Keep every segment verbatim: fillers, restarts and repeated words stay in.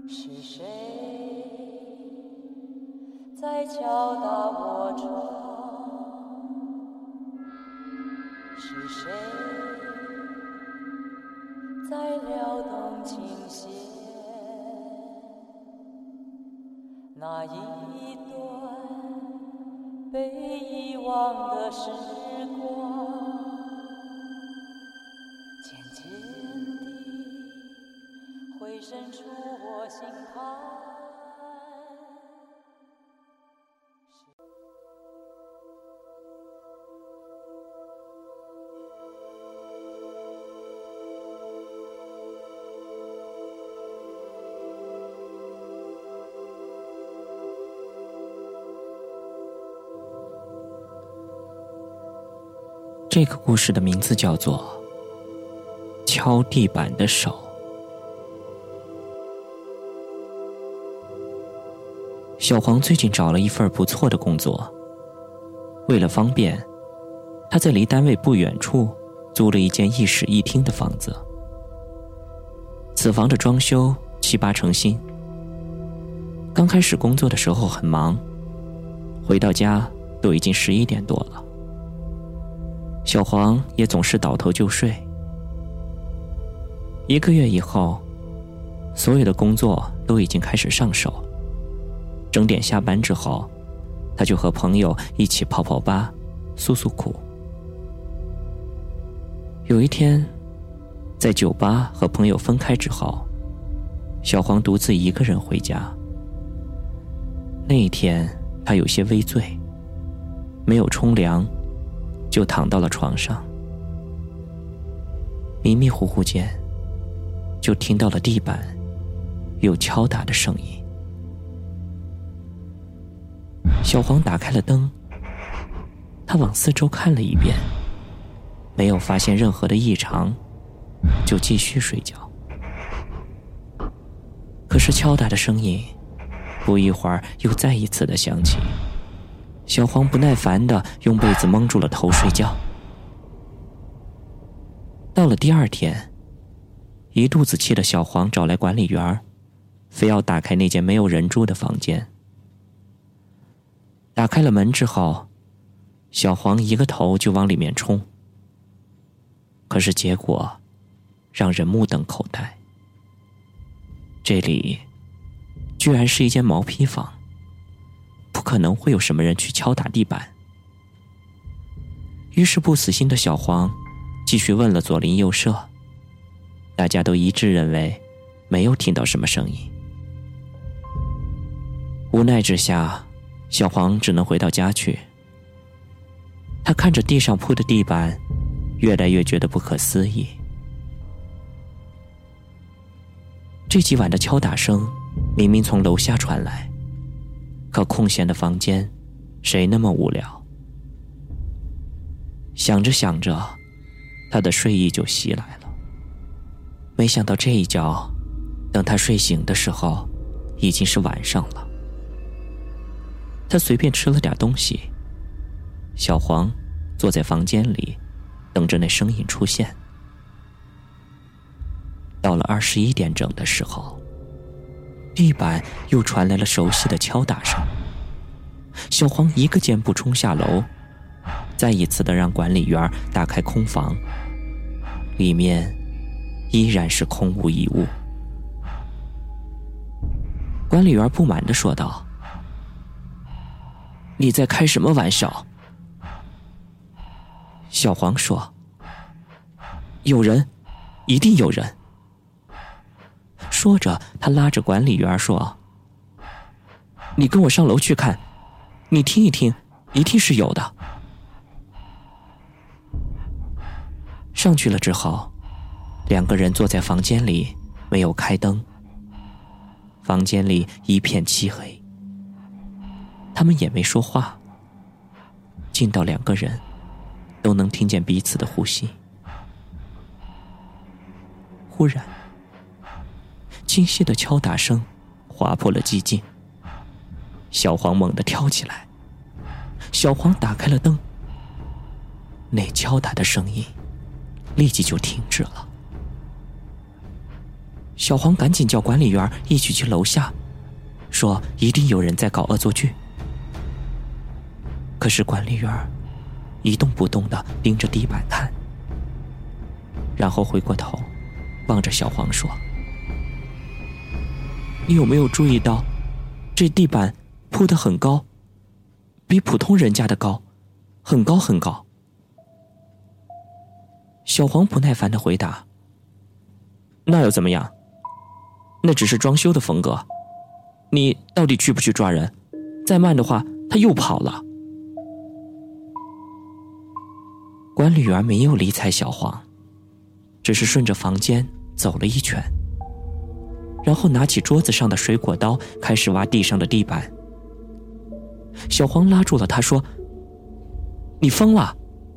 是谁在敲打我窗？是谁在撩动琴弦？那一段被遗忘的时光，渐渐地会渗出我心坎。 这个故事的名字叫做《敲地板的手》。小黄最近找了一份不错的工作，为了方便，他在离单位不远处租了一间一室一厅的房子。此房的装修七八成新。刚开始工作的时候很忙，回到家都已经十一点多了。小黄也总是倒头就睡。一个月以后，所有的工作都已经开始上手。整点下班之后，他就和朋友一起泡泡吧，诉诉苦。有一天，在酒吧和朋友分开之后，小黄独自一个人回家。那一天，他有些微醉，没有冲凉，就躺到了床上。迷迷糊糊间，就听到了地板有敲打的声音。小黄打开了灯，他往四周看了一遍，没有发现任何的异常，就继续睡觉。可是敲打的声音不一会儿又再一次的响起，小黄不耐烦地用被子蒙住了头睡觉。到了第二天，一肚子气的小黄找来管理员，非要打开那间没有人住的房间。打开了门之后，小黄一个头就往里面冲。可是结果让人目瞪口呆，这里居然是一间毛坯房，不可能会有什么人去敲打地板。于是不死心的小黄继续问了左邻右舍，大家都一致认为没有听到什么声音。无奈之下，小黄只能回到家去。他看着地上铺的地板，越来越觉得不可思议。这几晚的敲打声明明从楼下传来，可空闲的房间谁那么无聊？想着想着，他的睡意就袭来了。没想到这一觉，等他睡醒的时候已经是晚上了。他随便吃了点东西，小黄坐在房间里等着那声音出现。到了二十一点整的时候，地板又传来了熟悉的敲打声。小黄一个箭步冲下楼，再一次的让管理员打开空房，里面依然是空无一物。管理员不满地说道：“你在开什么玩笑？”小黄说：“有人，一定有人。”说着，他拉着管理员说：“你跟我上楼去看，你听一听，一定是有的。”上去了之后，两个人坐在房间里，没有开灯。房间里一片漆黑，他们也没说话，近到两个人都能听见彼此的呼吸。忽然，清晰的敲打声划破了寂静。小黄猛地跳起来，小黄打开了灯，那敲打的声音立即就停止了。 小黄赶紧叫管理员一起去楼下，说一定有人在搞恶作剧。可是管理员一动不动地盯着地板看，然后回过头望着小黄说：“你有没有注意到，这地板铺得很高，比普通人家的高，很高很高。”小黄不耐烦地回答：“那又怎么样？那只是装修的风格。你到底去不去抓人？再慢的话，他又跑了。”管理员没有理睬小黄，只是顺着房间走了一圈，然后拿起桌子上的水果刀开始挖地上的地板。小黄拉住了他，说：“你疯了！”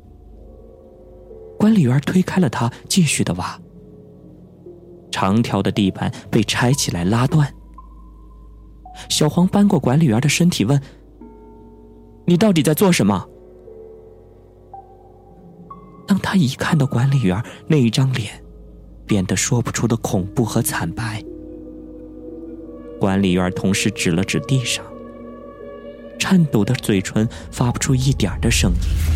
管理员推开了他，继续的挖。长条的地板被拆起来拉断。小黄搬过管理员的身体问：“你到底在做什么？”当他一看到管理员那一张脸变得说不出的恐怖和惨白，管理员同时指了指地上，颤抖的嘴唇发不出一点的声音。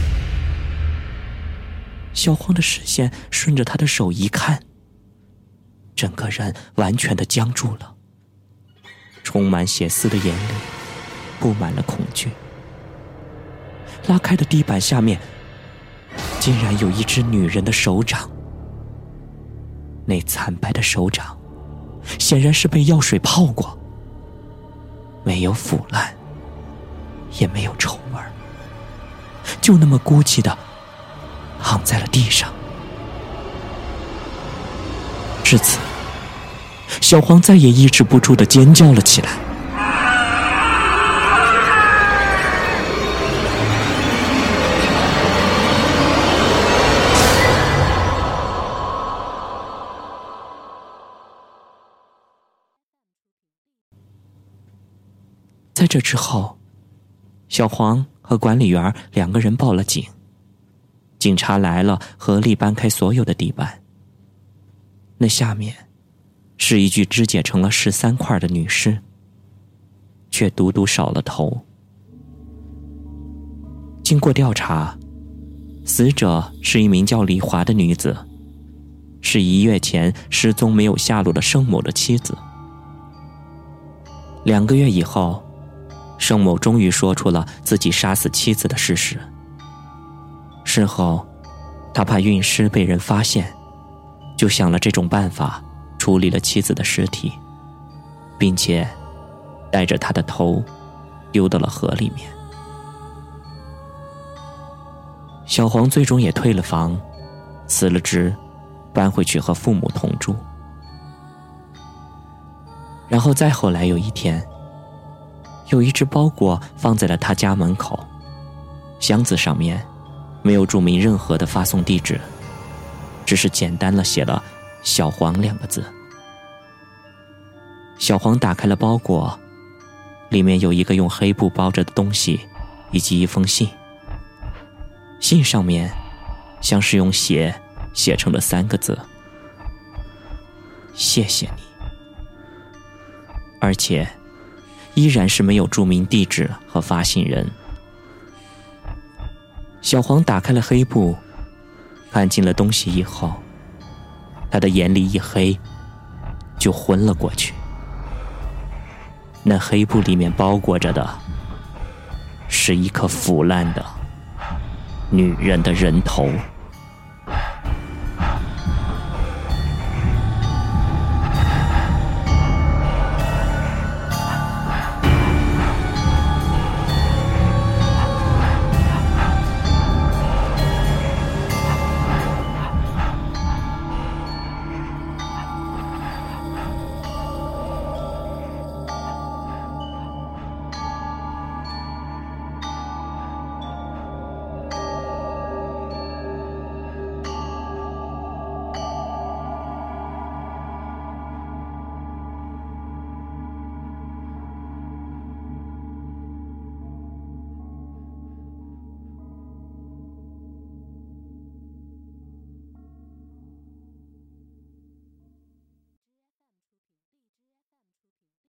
小黄的视线顺着他的手一看，整个人完全的僵住了，充满血丝的眼里布满了恐惧。拉开的地板下面竟然有一只女人的手掌，那惨白的手掌显然是被药水泡过，没有腐烂，也没有臭味，就那么孤寂的躺在了地上。至此，小黄再也抑制不住地尖叫了起来。在这之后，小黄和管理员两个人报了警。警察来了，合力搬开所有的地板。那下面是一具肢解成了十三块的女尸，却独独少了头。经过调查，死者是一名叫李华的女子，是一月前失踪没有下落的盛某的妻子。两个月以后，盛某终于说出了自己杀死妻子的事实。事后，他怕运尸被人发现，就想了这种办法处理了妻子的尸体，并且带着她的头丢到了河里面。小黄最终也退了房，辞了职，搬回去和父母同住。然后再后来有一天，有一只包裹放在了他家门口，箱子上面没有注明任何的发送地址，只是简单了写了小黄两个字。小黄打开了包裹，里面有一个用黑布包着的东西，以及一封信。信上面像是用血写成了三个字：谢谢你。而且依然是没有注明地址和发信人。小黄打开了黑布，看进了东西以后，他的眼里一黑，就昏了过去。那黑布里面包裹着的是一颗腐烂的女人的人头。